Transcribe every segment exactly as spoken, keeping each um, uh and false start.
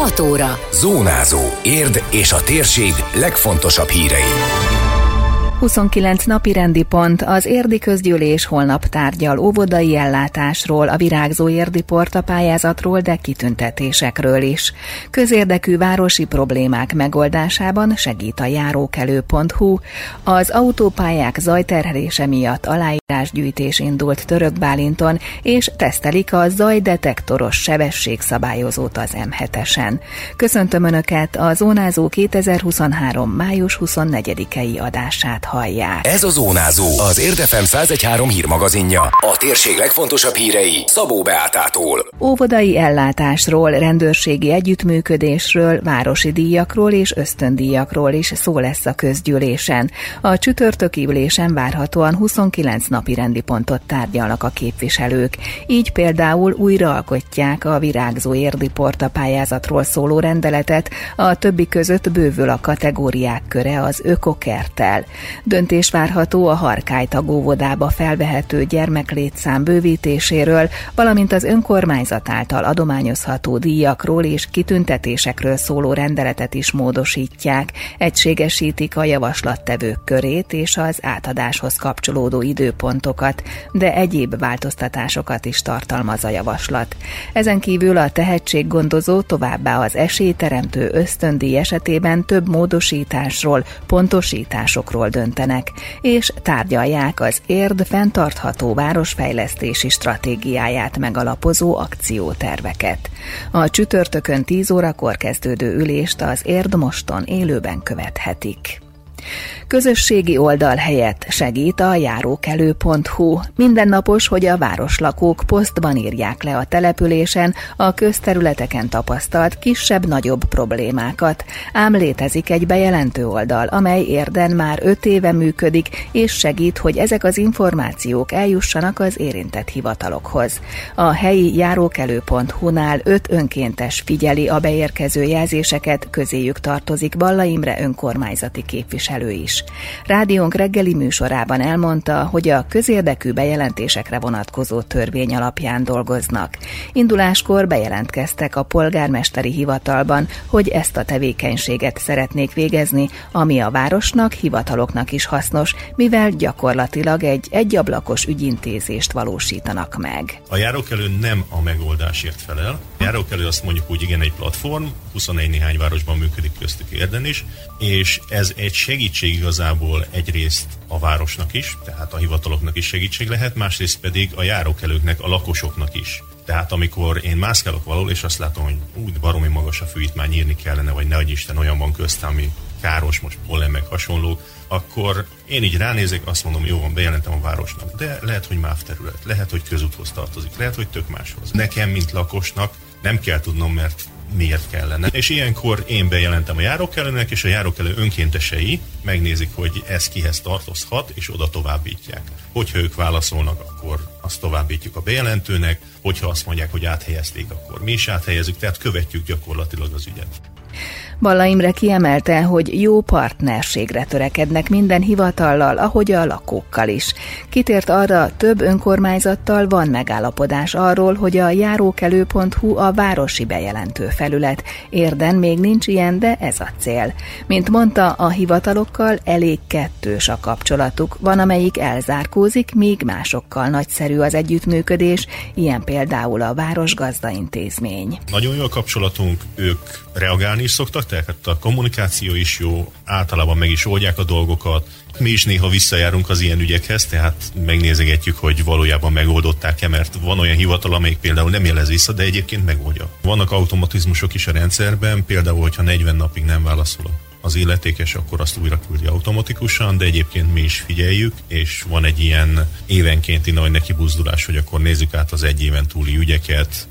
hat óra. Zónázó. Érd és a térség legfontosabb hírei. huszonkilenc napirendi pont. Az érdi közgyűlés holnap tárgyal óvodai ellátásról, a virágzó érdi portapályázatról, de kitüntetésekről is. Közérdekű városi problémák megoldásában segít a járókelő pont hu. Az autópályák zajterhelése miatt aláírásgyűjtés indult Török Bálinton, és tesztelik a zajdetektoros sebességszabályozót az em hetesen. Köszöntöm Önöket, a Zónázó kétezer-huszonhárom. május huszonnegyedikei adását hallják. Ez a Zónázó, az Érd ef em száz egy pont három hírmagazinja. A térség legfontosabb hírei Szabó Beátától. Óvodai ellátásról, rendőrségi együttműködésről, városi díjakról és ösztöndíjakról is szó lesz a közgyűlésen. A csütörtöki ülésen várhatóan huszonkilenc napi rendi pontot tárgyalnak a képviselők. Így például újraalkotják a virágzó érdi portapályázatról szóló rendeletet, a többi között bővül a kategóriák köre az ökokerttel. Döntés várható a Harkálytag óvodába felvehető gyermeklétszám bővítéséről, valamint az önkormányzat által adományozható díjakról és kitüntetésekről szóló rendeletet is módosítják, egységesítik a javaslattevők körét és az átadáshoz kapcsolódó időpontokat, de egyéb változtatásokat is tartalmaz a javaslat. Ezen kívül a tehetséggondozó, továbbá az esélyteremtő ösztöndíj esetében több módosításról, pontosításokról döntenek, és tárgyalják az Érd fenntartható városfejlesztési stratégiáját megalapozó akcióterveket. A csütörtökön tíz órakor kezdődő ülést az Érd Moston élőben követhetik. Közösségi oldal helyett segít a járókelő pont hu. Mindennapos, hogy a városlakók posztban írják le a településen a közterületeken tapasztalt kisebb-nagyobb problémákat. Ám létezik egy bejelentő oldal, amely Érden már öt éve működik, és segít, hogy ezek az információk eljussanak az érintett hivatalokhoz. A helyi járókelő pont hu-nál öt önkéntes figyeli a beérkező jelzéseket, közéjük tartozik Balla Imre önkormányzati képviselő is. Rádiónk reggeli műsorában elmondta, hogy a közérdekű bejelentésekre vonatkozó törvény alapján dolgoznak. Induláskor bejelentkeztek a polgármesteri hivatalban, hogy ezt a tevékenységet szeretnék végezni, ami a városnak, hivataloknak is hasznos, mivel gyakorlatilag egy egyablakos ügyintézést valósítanak meg. A járókelő nem a megoldásért felel. A járókelő azt mondjuk úgy, igen, egy platform, huszonegy néhány városban működik, köztük Érden is, és ez egy segítség igazából egyrészt a városnak is, tehát a hivataloknak is segítség lehet, másrészt pedig a járókelőknek, a lakosoknak is. Tehát amikor én mászkálok valahol, és azt látom, hogy úgy baromi magas a fűítmány, írni kellene, vagy nehogy Isten olyan van közt, ami káros, most pollen meg hasonlók, akkor én így ránézek, azt mondom, jó van, bejelentem a városnak, de lehet, hogy MÁV terület, lehet, hogy közúthoz tartozik, lehet, hogy tök máshoz. Nekem, mint lakosnak nem kell tudnom, mert miért kellene. És ilyenkor én bejelentem a járókelőnek, és a járókelő önkéntesei megnézik, hogy ez kihez tartozhat, és oda továbbítják. Hogyha ők válaszolnak, akkor azt továbbítjuk a bejelentőnek, hogyha azt mondják, hogy áthelyezték, akkor mi is áthelyezzük, tehát követjük gyakorlatilag az ügyet. Balla Imre kiemelte, hogy jó partnerségre törekednek minden hivatallal, ahogy a lakókkal is. Kitért arra, több önkormányzattal van megállapodás arról, hogy a járókelő pont hu a városi bejelentő felület. Érden még nincs ilyen, de ez a cél. Mint mondta, a hivatalokkal elég kettős a kapcsolatuk. Van, amelyik elzárkózik, míg másokkal nagyszerű az együttműködés, ilyen például a Városgazda Intézmény. Nagyon jó a kapcsolatunk, ők reagálni is szoktak, tehát a kommunikáció is jó, általában meg is oldják a dolgokat. Mi is néha visszajárunk az ilyen ügyekhez, tehát megnézegetjük, hogy valójában megoldották-e, mert van olyan hivatal, amelyik például nem jelez vissza, de egyébként megoldja. Vannak automatizmusok is a rendszerben, például, hogyha negyven napig nem válaszol az illetékes, akkor azt újra küldi automatikusan, de egyébként mi is figyeljük, és van egy ilyen évenkénti nagy nekibuzdulás, hogy akkor nézzük át az egy éven túli ügyeket.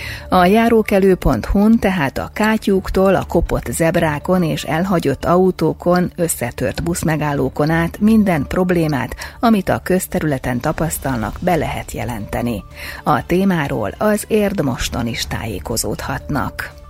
A járókelő pont hu-n tehát a kátyúktól a kopott zebrákon és elhagyott autókon, összetört buszmegállókon át minden problémát, amit a közterületen tapasztalnak, be lehet jelenteni. A témáról az Érd Moston is tájékozódhatnak.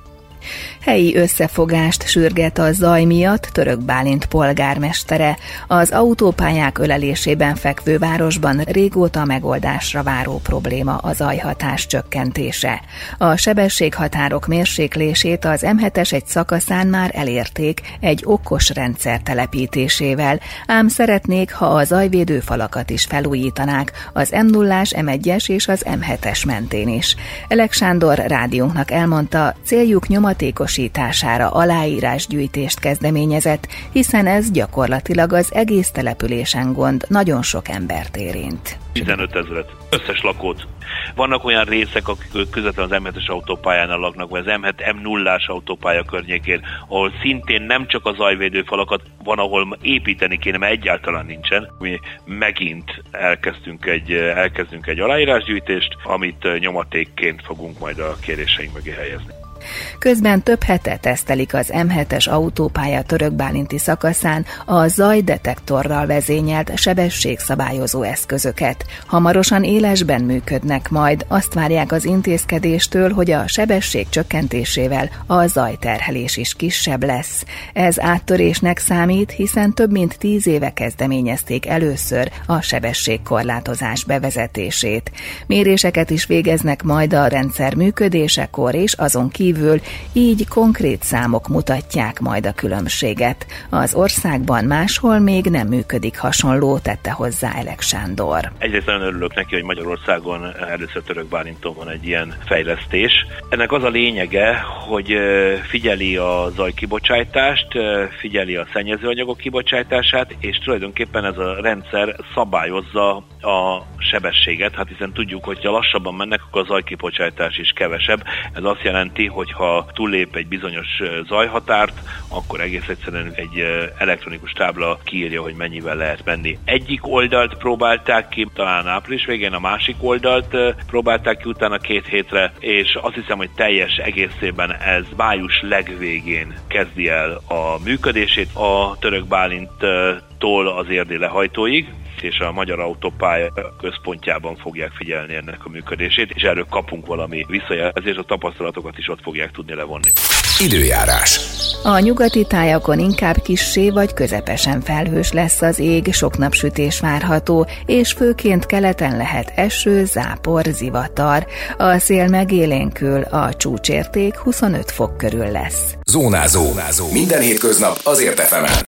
Helyi összefogást sürget a zaj miatt Török Bálint polgármestere. Az autópályák ölelésében fekvő városban régóta megoldásra váró probléma a zajhatás csökkentése. A sebességhatárok mérséklését az em hetes egy szakaszán már elérték egy okos rendszer telepítésével, ám szeretnék, ha a zajvédő falakat is felújítanák az em nullás, em egyes és az em hetes mentén is. Elek Sándor rádiónknak elmondta, céljuk nyomatékosítására aláírásgyűjtést kezdeményezett, hiszen ez gyakorlatilag az egész településen gond, nagyon sok embert érint. tizenöt ezret összes lakót. Vannak olyan részek, akik közvetlenül az em hetes autópályánál laknak, vagy az em het em nullás autópálya környékén, ahol szintén nem csak a zajvédő falakat van, ahol építeni kéne, mert egyáltalán nincsen. Mi megint elkezdtünk egy, elkezdünk egy aláírásgyűjtést, amit nyomatékként fogunk majd a kéréseink mögé helyezni. Közben több hete tesztelik az em hetes autópálya törökbálinti szakaszán a zajdetektorral vezényelt sebességszabályozó eszközöket. Hamarosan élesben működnek majd, azt várják az intézkedéstől, hogy a sebesség csökkentésével a zajterhelés is kisebb lesz. Ez áttörésnek számít, hiszen több mint tíz éve kezdeményezték először a sebességkorlátozás bevezetését. Méréseket is végeznek majd a rendszer működésekor és azon kívül, így konkrét számok mutatják majd a különbséget. Az országban máshol még nem működik hasonló, tette hozzá Elek Sándor. Egyrészt nagyon örülök neki, hogy Magyarországon először Török Bálinton van egy ilyen fejlesztés. Ennek az a lényege, hogy figyeli a zajkibocsátást, figyeli a szennyezőanyagok kibocsátását, és tulajdonképpen ez a rendszer szabályozza a sebességet, hát hiszen tudjuk, hogy ha lassabban mennek, akkor a zajkibocsátás is kevesebb. Ez azt jelenti, hogy ha túllép egy bizonyos zajhatárt, akkor egész egyszerűen egy elektronikus tábla kiírja, hogy mennyivel lehet menni. Egyik oldalt próbálták ki, talán április végén, a másik oldalt próbálták ki utána két hétre, és azt hiszem, hogy teljes egészében ez május legvégén kezdi el a működését a Török Bálinttól az Érdi lehajtóig, és a Magyar Autópálya központjában fogják figyelni ennek a működését, és erről kapunk valami visszajelzést, a tapasztalatokat is ott fogják tudni levonni. Időjárás. A nyugati tájakon inkább kissé vagy közepesen felhős lesz az ég, sok napsütés várható, és főként keleten lehet eső, zápor, zivatar. A szél megélénkül, a csúcsérték huszonöt fok körül lesz. Zónázó. Minden hétköznap azért ef emen.